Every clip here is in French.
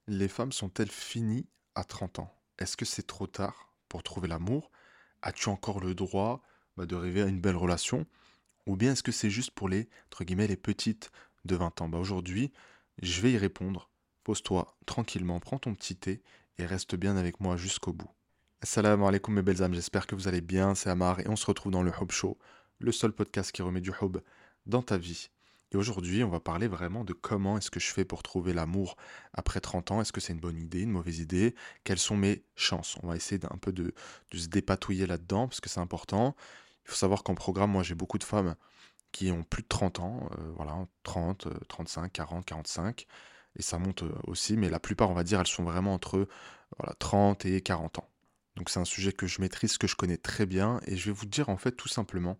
Les femmes sont-elles finies à 30 ans? Est-ce que c'est trop tard pour trouver l'amour? As-tu encore le droit, de rêver à une belle relation? Ou bien est-ce que c'est juste pour les, entre guillemets, les petites de 20 ans? Aujourd'hui, je vais y répondre. Pose-toi tranquillement, prends ton petit thé et reste bien avec moi jusqu'au bout. Assalamu alaikum mes belles âmes, j'espère que vous allez bien, c'est Amar et on se retrouve dans le Hub Show, le seul podcast qui remet du hub dans ta vie. Et aujourd'hui, on va parler vraiment de comment est-ce que je fais pour trouver l'amour après 30 ans. Est-ce que c'est une bonne idée, une mauvaise idée? Quelles sont mes chances? On va essayer d'un peu de se dépatouiller là-dedans parce que c'est important. Il faut savoir qu'en programme, moi j'ai beaucoup de femmes qui ont plus de 30 ans, voilà, 30, 35, 40, 45, et ça monte aussi, mais la plupart, on va dire, elles sont vraiment entre voilà, 30 et 40 ans. Donc c'est un sujet que je maîtrise, que je connais très bien, et je vais vous dire en fait tout simplement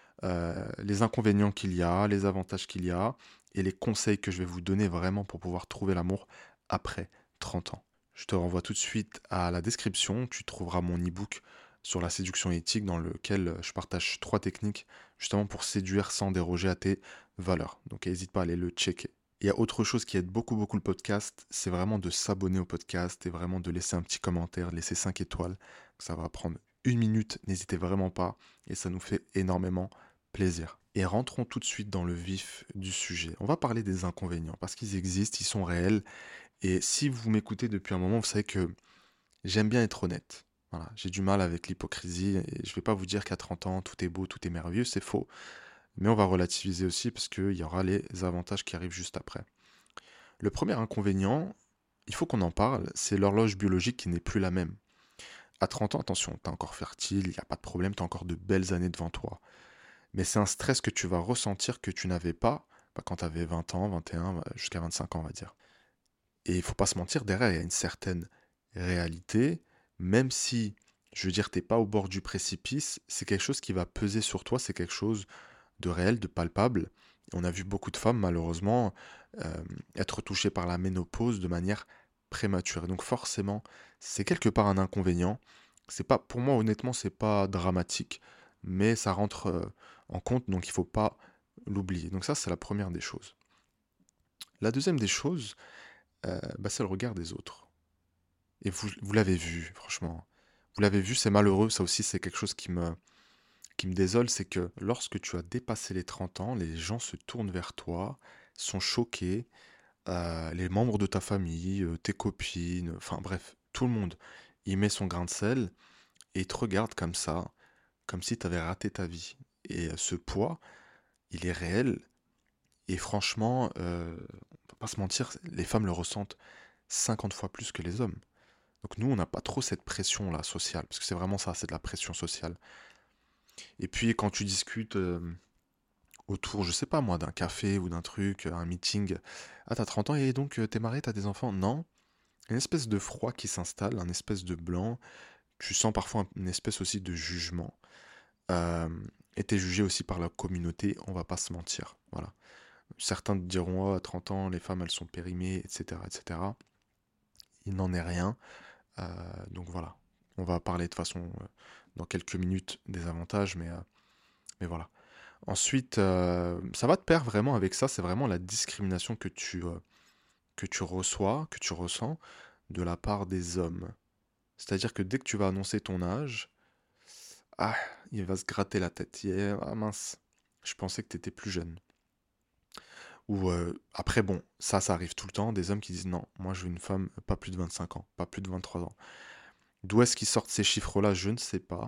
les inconvénients qu'il y a, les avantages qu'il y a, et les conseils que je vais vous donner vraiment pour pouvoir trouver l'amour après 30 ans. Je te renvoie tout de suite à la description, tu trouveras mon e-book sur la séduction éthique dans lequel je partage 3 techniques justement pour séduire sans déroger à tes valeurs. Donc n'hésite pas à aller le checker. Il y a autre chose qui aide beaucoup beaucoup le podcast, c'est vraiment de s'abonner au podcast et vraiment de laisser un petit commentaire, de laisser 5 étoiles. Ça va prendre 1 minute, n'hésitez vraiment pas et ça nous fait énormément plaisir. Et rentrons tout de suite dans le vif du sujet. On va parler des inconvénients parce qu'ils existent, ils sont réels. Et si vous m'écoutez depuis un moment, vous savez que j'aime bien être honnête. Voilà, j'ai du mal avec l'hypocrisie et je ne vais pas vous dire qu'à 30 ans, tout est beau, tout est merveilleux, c'est faux. Mais on va relativiser aussi parce qu'il y aura les avantages qui arrivent juste après. Le premier inconvénient, il faut qu'on en parle, c'est l'horloge biologique qui n'est plus la même. À 30 ans, attention, tu es encore fertile, il n'y a pas de problème, tu as encore de belles années devant toi. Mais c'est un stress que tu vas ressentir que tu n'avais pas quand tu avais 20 ans, 21, jusqu'à 25 ans, on va dire. Et il faut pas se mentir, derrière, il y a une certaine réalité, même si, je veux dire, t'es pas au bord du précipice, c'est quelque chose qui va peser sur toi, c'est quelque chose de réel, de palpable. On a vu beaucoup de femmes, malheureusement, euh, être touchées par la ménopause de manière prématurée. Donc forcément, c'est quelque part un inconvénient. C'est pas, pour moi, honnêtement, c'est pas dramatique, mais ça rentre en compte, donc il faut pas l'oublier. Donc ça, c'est la première des choses. La deuxième des choses, c'est le regard des autres. Et vous l'avez vu, franchement. Vous l'avez vu, c'est malheureux, ça aussi c'est quelque chose qui me désole, c'est que lorsque tu as dépassé les 30 ans, les gens se tournent vers toi, sont choqués, les membres de ta famille, tes copines, enfin bref, tout le monde, il met son grain de sel et il te regarde comme ça, comme si tu avais raté ta vie. Et ce poids, il est réel, et franchement, on va pas se mentir, les femmes le ressentent 50 fois plus que les hommes. Donc nous, on n'a pas trop cette pression-là sociale, parce que c'est vraiment ça, c'est de la pression sociale. Et puis quand tu discutes autour, je sais pas moi, d'un café ou d'un truc, un meeting, ah t'as 30 ans et donc t'es marié, t'as des enfants? Non. Une espèce de froid qui s'installe, un espèce de blanc. Tu sens parfois une espèce aussi de jugement. Euh, et t'es jugé aussi par la communauté, on va pas se mentir. Voilà. Certains te diront, oh, à 30 ans, les femmes elles sont périmées, etc., etc. Il n'en est rien. Donc voilà. On va parler de toute façon dans quelques minutes des avantages, mais voilà. Ensuite, ça va te perdre vraiment avec ça, c'est vraiment la discrimination que tu reçois, que tu ressens de la part des hommes. C'est-à-dire que dès que tu vas annoncer ton âge, ah, il va se gratter la tête. Ah mince, je pensais que tu étais plus jeune. Ou après, bon, ça arrive tout le temps, des hommes qui disent non, moi je veux une femme pas plus de 25 ans, pas plus de 23 ans. D'où est-ce qu'ils sortent ces chiffres-là? Je ne sais pas.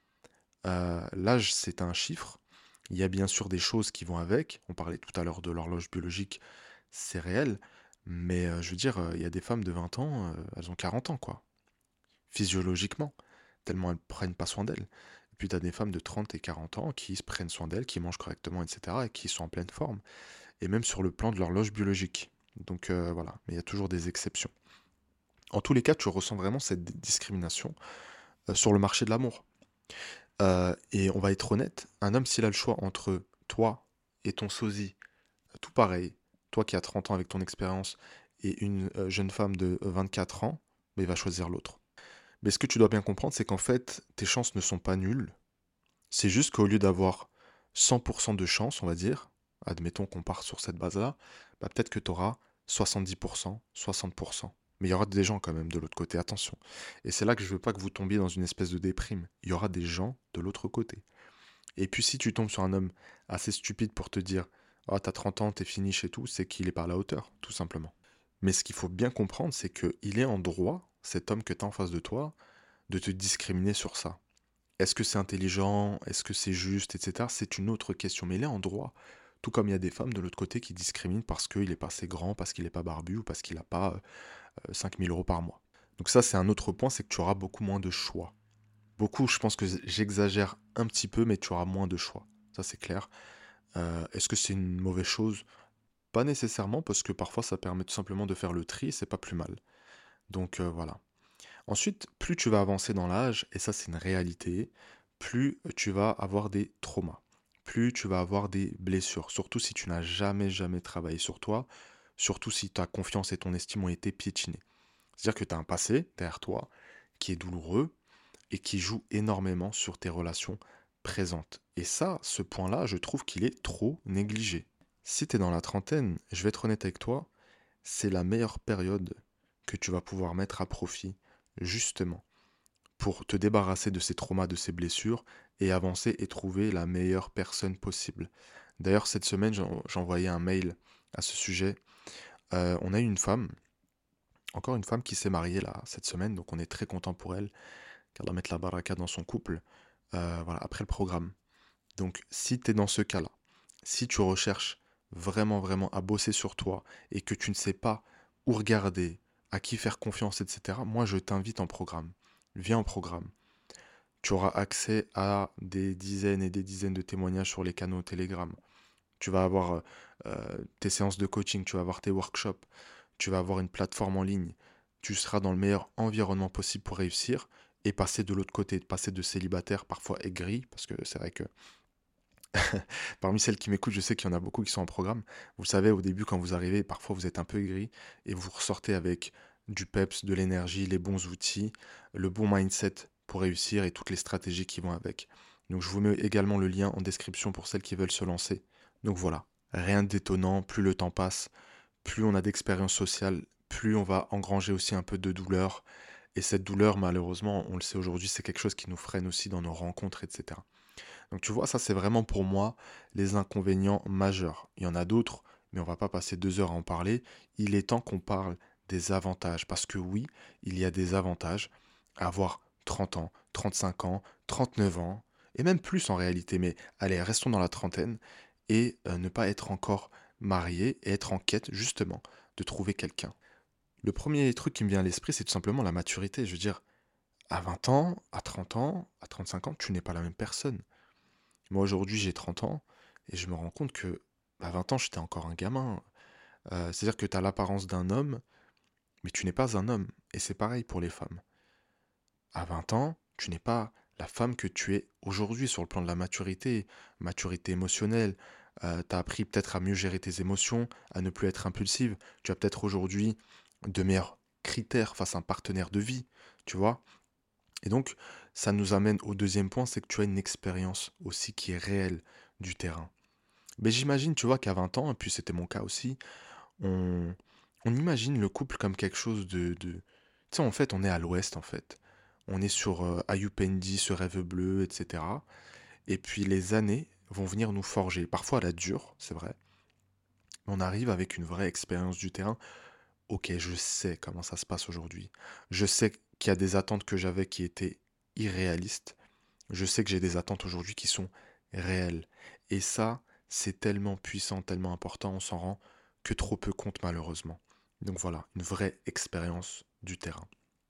L'âge, c'est un chiffre. Il y a bien sûr des choses qui vont avec. On parlait tout à l'heure de l'horloge biologique, c'est réel. Mais je veux dire, il y a des femmes de 20 ans, elles ont 40 ans, quoi. Physiologiquement, tellement elles prennent pas soin d'elles. Et puis tu as des femmes de 30 et 40 ans qui se prennent soin d'elles, qui mangent correctement, etc. et qui sont en pleine forme. Et même sur le plan de l'horloge biologique. Donc voilà, mais il y a toujours des exceptions. En tous les cas, tu ressens vraiment cette discrimination sur le marché de l'amour. Et on va être honnête, un homme s'il a le choix entre toi et ton sosie, tout pareil, toi qui as 30 ans avec ton expérience et une jeune femme de 24 ans, mais il va choisir l'autre. Mais ce que tu dois bien comprendre, c'est qu'en fait, tes chances ne sont pas nulles. C'est juste qu'au lieu d'avoir 100% de chance, on va dire, admettons qu'on part sur cette base-là, peut-être que tu auras 70%, 60%. Mais il y aura des gens quand même de l'autre côté, attention. Et c'est là que je veux pas que vous tombiez dans une espèce de déprime. Il y aura des gens de l'autre côté. Et puis si tu tombes sur un homme assez stupide pour te dire «Oh, t'as 30 ans, t'es fini chez tout», c'est qu'il est pas à la hauteur, tout simplement. Mais ce qu'il faut bien comprendre, c'est qu'il est en droit, cet homme que tu as en face de toi, de te discriminer sur ça. Est-ce que c'est intelligent? Est-ce que c'est juste, etc. C'est une autre question. Mais il est en droit. Tout comme il y a des femmes de l'autre côté qui discriminent parce qu'il est pas assez grand, parce qu'il n'est pas barbu ou parce qu'il n'a pas 5 000 euros par mois. Donc ça, c'est un autre point, c'est que tu auras beaucoup moins de choix. Beaucoup, je pense que j'exagère un petit peu, mais tu auras moins de choix. Ça, c'est clair. Est-ce que c'est une mauvaise chose? Pas nécessairement, parce que parfois ça permet tout simplement de faire le tri, et c'est pas plus mal. Donc voilà. Ensuite, plus tu vas avancer dans l'âge, et ça c'est une réalité, plus tu vas avoir des traumas, plus tu vas avoir des blessures, surtout si tu n'as jamais, jamais travaillé sur toi, surtout si ta confiance et ton estime ont été piétinés. C'est-à-dire que tu as un passé derrière toi qui est douloureux et qui joue énormément sur tes relations présentes. Et ça, ce point-là, je trouve qu'il est trop négligé. Si tu es dans la trentaine, je vais être honnête avec toi, c'est la meilleure période que tu vas pouvoir mettre à profit, justement, pour te débarrasser de ces traumas, de ces blessures, et avancer et trouver la meilleure personne possible. D'ailleurs, cette semaine, j'envoyais un mail à ce sujet. On a eu une femme, encore une femme qui s'est mariée là, cette semaine, donc on est très content pour elle, car elle va mettre la baraka dans son couple, voilà, après le programme. Donc, si tu es dans ce cas-là, si tu recherches vraiment, vraiment à bosser sur toi et que tu ne sais pas où regarder, à qui faire confiance, etc., moi, je t'invite en programme. Viens en programme. Tu auras accès à des dizaines et des dizaines de témoignages sur les canaux Telegram. Tu vas avoir tes séances de coaching, tu vas avoir tes workshops, tu vas avoir une plateforme en ligne. Tu seras dans le meilleur environnement possible pour réussir et passer de l'autre côté, passer de célibataire parfois aigri, parce que c'est vrai que parmi celles qui m'écoutent, je sais qu'il y en a beaucoup qui sont en programme. Vous savez, au début, quand vous arrivez, parfois vous êtes un peu aigri et vous ressortez avec du peps, de l'énergie, les bons outils, le bon mindset pour réussir et toutes les stratégies qui vont avec. Donc je vous mets également le lien en description pour celles qui veulent se lancer. Donc voilà, rien d'étonnant, plus le temps passe, plus on a d'expérience sociale, plus on va engranger aussi un peu de douleur. Et cette douleur, malheureusement, on le sait aujourd'hui, c'est quelque chose qui nous freine aussi dans nos rencontres, etc. Donc tu vois, ça c'est vraiment pour moi les inconvénients majeurs. Il y en a d'autres, mais on va pas passer 2 heures à en parler. Il est temps qu'on parle des avantages, parce que oui, il y a des avantages à avoir 30 ans, 35 ans, 39 ans, et même plus en réalité, mais allez, restons dans la trentaine, et ne pas être encore marié, et être en quête justement de trouver quelqu'un. Le premier truc qui me vient à l'esprit, c'est tout simplement la maturité. Je veux dire, à 20 ans, à 30 ans, à 35 ans, tu n'es pas la même personne. Moi, aujourd'hui, j'ai 30 ans et je me rends compte que à 20 ans, j'étais encore un gamin. C'est-à-dire que tu as l'apparence d'un homme, mais tu n'es pas un homme. Et c'est pareil pour les femmes. À 20 ans, tu n'es pas la femme que tu es aujourd'hui sur le plan de la maturité, maturité émotionnelle. Tu as appris peut-être à mieux gérer tes émotions, à ne plus être impulsive. Tu as peut-être aujourd'hui de meilleurs critères face à un partenaire de vie, tu vois. Et donc, ça nous amène au deuxième point, c'est que tu as une expérience aussi qui est réelle du terrain. Mais j'imagine, tu vois, qu'à 20 ans, et puis c'était mon cas aussi, on, on imagine le couple comme quelque chose de... Tu sais, en fait, on est à l'ouest, en fait. On est sur Ayupendi, ce rêve bleu, etc. Et puis les années vont venir nous forger. Parfois à la dure, c'est vrai. Mais on arrive avec une vraie expérience du terrain. Ok, je sais comment ça se passe aujourd'hui. Je sais qu'il y a des attentes que j'avais qui étaient irréalistes. Je sais que j'ai des attentes aujourd'hui qui sont réelles. Et ça, c'est tellement puissant, tellement important, on s'en rend que trop peu compte malheureusement. Donc voilà, une vraie expérience du terrain.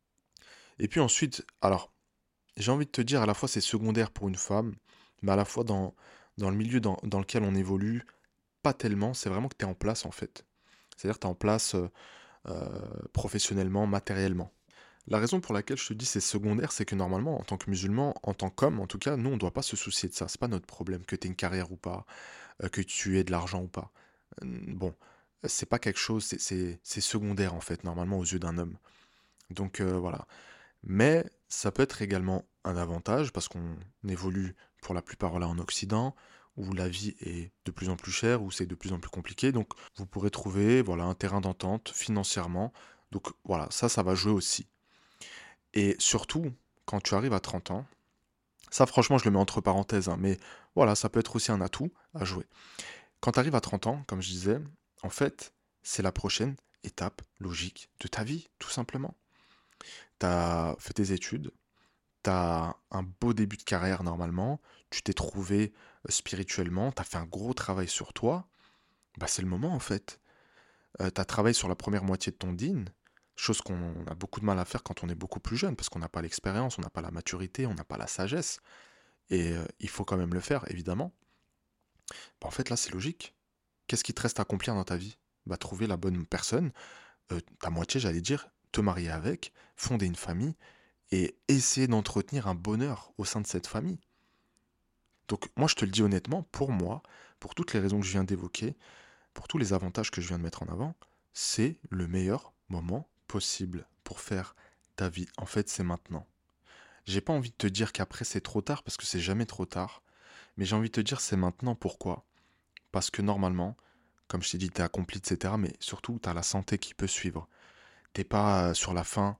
Et puis ensuite, alors, j'ai envie de te dire, à la fois c'est secondaire pour une femme, mais à la fois dans le milieu dans lequel on évolue, pas tellement, c'est vraiment que tu es en place en fait. C'est-à-dire que tu es en place professionnellement, matériellement. La raison pour laquelle je te dis c'est secondaire, c'est que normalement, en tant que musulman, en tant qu'homme, en tout cas, nous, on ne doit pas se soucier de ça. C'est pas notre problème que tu aies une carrière ou pas, que tu aies de l'argent ou pas. Bon, c'est pas quelque chose, c'est secondaire en fait, normalement aux yeux d'un homme. Donc voilà. Mais ça peut être également un avantage parce qu'on évolue pour la plupart là en Occident, où la vie est de plus en plus chère, où c'est de plus en plus compliqué. Donc vous pourrez trouver voilà, un terrain d'entente financièrement Donc voilà, ça va jouer aussi. Et surtout, quand tu arrives à 30 ans, ça franchement je le mets entre parenthèses, hein, mais voilà, ça peut être aussi un atout à jouer. Quand tu arrives à 30 ans, comme je disais, en fait, c'est la prochaine étape logique de ta vie, tout simplement. Tu as fait tes études, tu as un beau début de carrière normalement, tu t'es trouvé spirituellement, tu as fait un gros travail sur toi, bah c'est le moment en fait. Tu as travaillé sur la première moitié de ton din, chose qu'on a beaucoup de mal à faire quand on est beaucoup plus jeune, parce qu'on n'a pas l'expérience, on n'a pas la maturité, on n'a pas la sagesse, et il faut quand même le faire, évidemment. Bah, en fait, là, c'est logique. Qu'est-ce qui te reste à accomplir dans ta vie? Bah, trouver la bonne personne, ta moitié, j'allais dire, te marier avec, fonder une famille, et essayer d'entretenir un bonheur au sein de cette famille. Donc moi, je te le dis honnêtement, pour moi, pour toutes les raisons que je viens d'évoquer, pour tous les avantages que je viens de mettre en avant, c'est le meilleur moment possible pour faire ta vie. En fait, c'est maintenant. J'ai pas envie de te dire qu'après c'est trop tard parce que c'est jamais trop tard, mais j'ai envie de te dire c'est maintenant. Pourquoi? Parce que normalement, comme je t'ai dit, t'es accompli, etc. Mais surtout, t'as la santé qui peut suivre. T'es pas sur la fin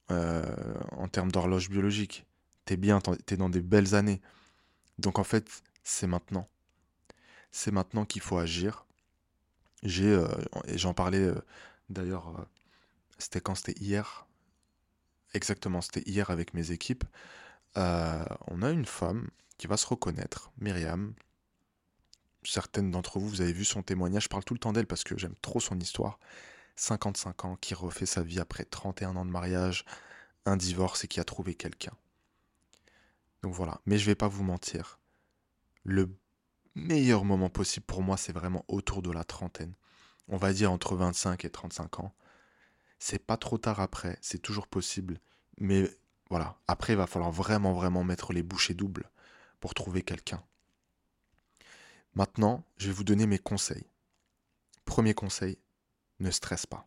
en termes d'horloge biologique. T'es bien, t'es dans des belles années. Donc en fait, c'est maintenant. C'est maintenant qu'il faut agir. J'ai et j'en parlais d'ailleurs. C'était quand? C'était hier. Exactement, c'était hier avec mes équipes. On a une femme qui va se reconnaître, Myriam. Certaines d'entre vous, vous avez vu son témoignage. Je parle tout le temps d'elle parce que j'aime trop son histoire. 55 ans, qui refait sa vie après 31 ans de mariage, un divorce et qui a trouvé quelqu'un. Donc voilà. Mais je vais pas vous mentir. Le meilleur moment possible pour moi, c'est vraiment autour de la trentaine. On va dire entre 25 et 35 ans. C'est pas trop tard après, c'est toujours possible. Mais voilà, après, il va falloir vraiment, vraiment mettre les bouchées doubles pour trouver quelqu'un. Maintenant, je vais vous donner mes conseils. Premier conseil, ne stresse pas.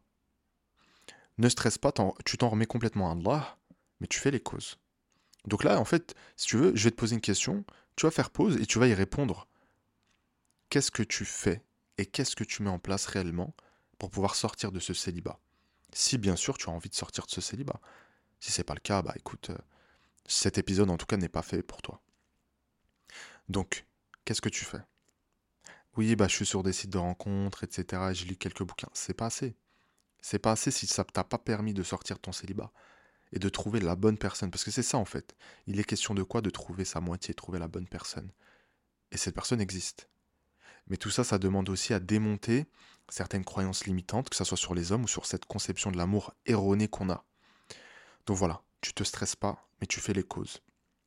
Ne stresse pas, tu t'en remets complètement à Allah, mais tu fais les causes. Donc là, en fait, si tu veux, je vais te poser une question, tu vas faire pause et tu vas y répondre. Qu'est-ce que tu fais et qu'est-ce que tu mets en place réellement pour pouvoir sortir de ce célibat? Si bien sûr tu as envie de sortir de ce célibat. Si c'est pas le cas, bah écoute, cet épisode en tout cas n'est pas fait pour toi. Donc, qu'est-ce que tu fais? Oui, bah je suis sur des sites de rencontres, etc. Et je lis quelques bouquins. C'est pas assez. C'est pas assez si ça t'a pas permis de sortir de ton célibat et de trouver la bonne personne. Parce que c'est ça en fait. Il est question de quoi? De trouver sa moitié, trouver la bonne personne. Et cette personne existe. Mais tout ça, ça demande aussi à démonter certaines croyances limitantes, que ce soit sur les hommes ou sur cette conception de l'amour erronée qu'on a. Donc voilà, tu te stresses pas, mais tu fais les causes.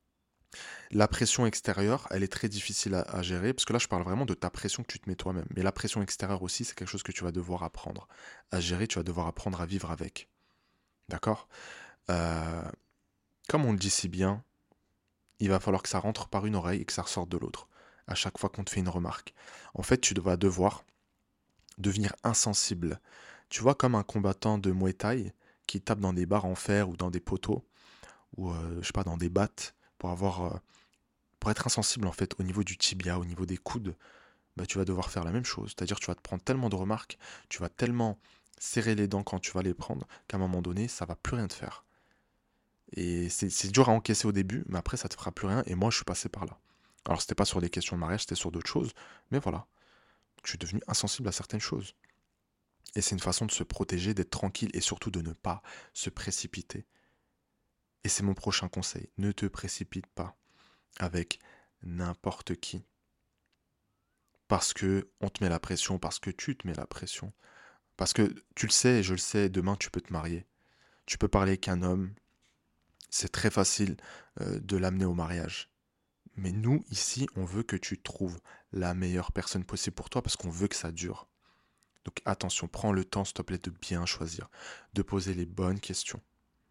La pression extérieure, elle est très difficile à gérer, parce que là, je parle vraiment de ta pression que tu te mets toi-même. Mais la pression extérieure aussi, c'est quelque chose que tu vas devoir apprendre à gérer, tu vas devoir apprendre à vivre avec. D'accord? Euh, Comme on le dit si bien, il va falloir que ça rentre par une oreille et que ça ressorte de l'autre. À chaque fois qu'on te fait une remarque. En fait, tu vas devoir devenir insensible. Tu vois, comme un combattant de Muay Thai qui tape dans des barres en fer ou dans des poteaux, ou je sais pas, dans des battes, pour être insensible en fait au niveau du tibia, au niveau des coudes, bah, tu vas devoir faire la même chose. C'est-à-dire tu vas te prendre tellement de remarques, tu vas tellement serrer les dents quand tu vas les prendre, qu'à un moment donné, ça va plus rien te faire. Et c'est dur à encaisser au début, mais après ça te fera plus rien, et moi je suis passé par là. Alors c'était pas sur des questions de mariage, c'était sur d'autres choses, mais voilà, je suis devenu insensible à certaines choses. Et c'est une façon de se protéger, d'être tranquille et surtout de ne pas se précipiter. Et c'est mon prochain conseil, ne te précipite pas avec n'importe qui. Parce que on te met la pression, parce que tu te mets la pression. Parce que tu le sais, je le sais, demain tu peux te marier. Tu peux parler avec un homme, c'est très facile de l'amener au mariage. Mais nous, ici, on veut que tu trouves la meilleure personne possible pour toi parce qu'on veut que ça dure. Donc attention, prends le temps, s'il te plaît, de bien choisir, de poser les bonnes questions.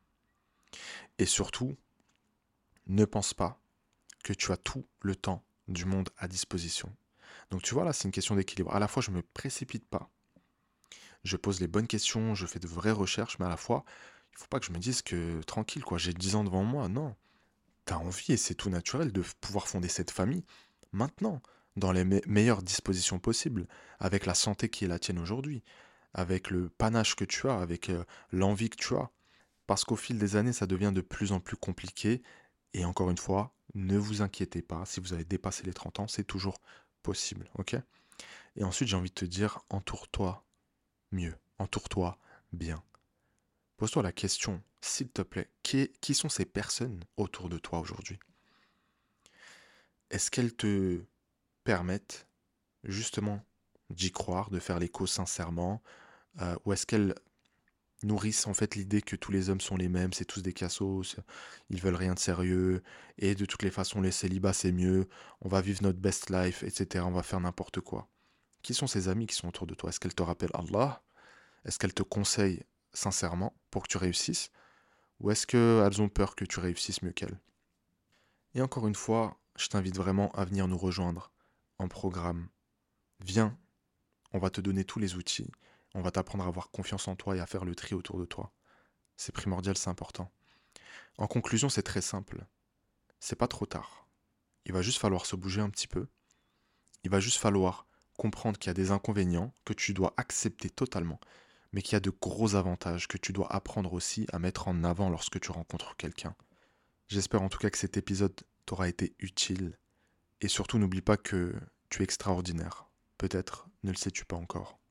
Et surtout, ne pense pas que tu as tout le temps du monde à disposition. Donc tu vois, là, c'est une question d'équilibre. À la fois, je ne me précipite pas. Je pose les bonnes questions, je fais de vraies recherches, mais à la fois, il ne faut pas que je me dise que tranquille, quoi, j'ai 10 ans devant moi. Non, tu as envie, et c'est tout naturel, de pouvoir fonder cette famille maintenant, dans les meilleures dispositions possibles, avec la santé qui est la tienne aujourd'hui, avec le panache que tu as, avec l'envie que tu as. Parce qu'au fil des années, ça devient de plus en plus compliqué. Et encore une fois, ne vous inquiétez pas, si vous avez dépassé les 30 ans, c'est toujours possible, ok? Et ensuite, j'ai envie de te dire, entoure-toi mieux, entoure-toi bien. Pose-toi la question, s'il te plaît, qui sont ces personnes autour de toi aujourd'hui? Est-ce qu'elles te permettent justement d'y croire, de faire l'écho sincèrement, ou est-ce qu'elles nourrissent en fait l'idée que tous les hommes sont les mêmes, c'est tous des cassos, ils veulent rien de sérieux, et de toutes les façons les célibats c'est mieux, on va vivre notre best life, etc. On va faire n'importe quoi. Qui sont ces amis qui sont autour de toi? Est-ce qu'elles te rappellent Allah? Est-ce qu'elles te conseillent sincèrement pour que tu réussisses? Ou est-ce qu'elles ont peur que tu réussisses mieux qu'elles? Et encore une fois, je t'invite vraiment à venir nous rejoindre en programme. Viens, on va te donner tous les outils, on va t'apprendre à avoir confiance en toi et à faire le tri autour de toi. C'est primordial, c'est important. En conclusion, c'est très simple. C'est pas trop tard. Il va juste falloir se bouger un petit peu. Il va juste falloir comprendre qu'il y a des inconvénients que tu dois accepter totalement, mais qu'il y a de gros avantages que tu dois apprendre aussi à mettre en avant lorsque tu rencontres quelqu'un. J'espère en tout cas que cet épisode t'aura été utile. Et surtout, n'oublie pas que tu es extraordinaire. Peut-être ne le sais-tu pas encore.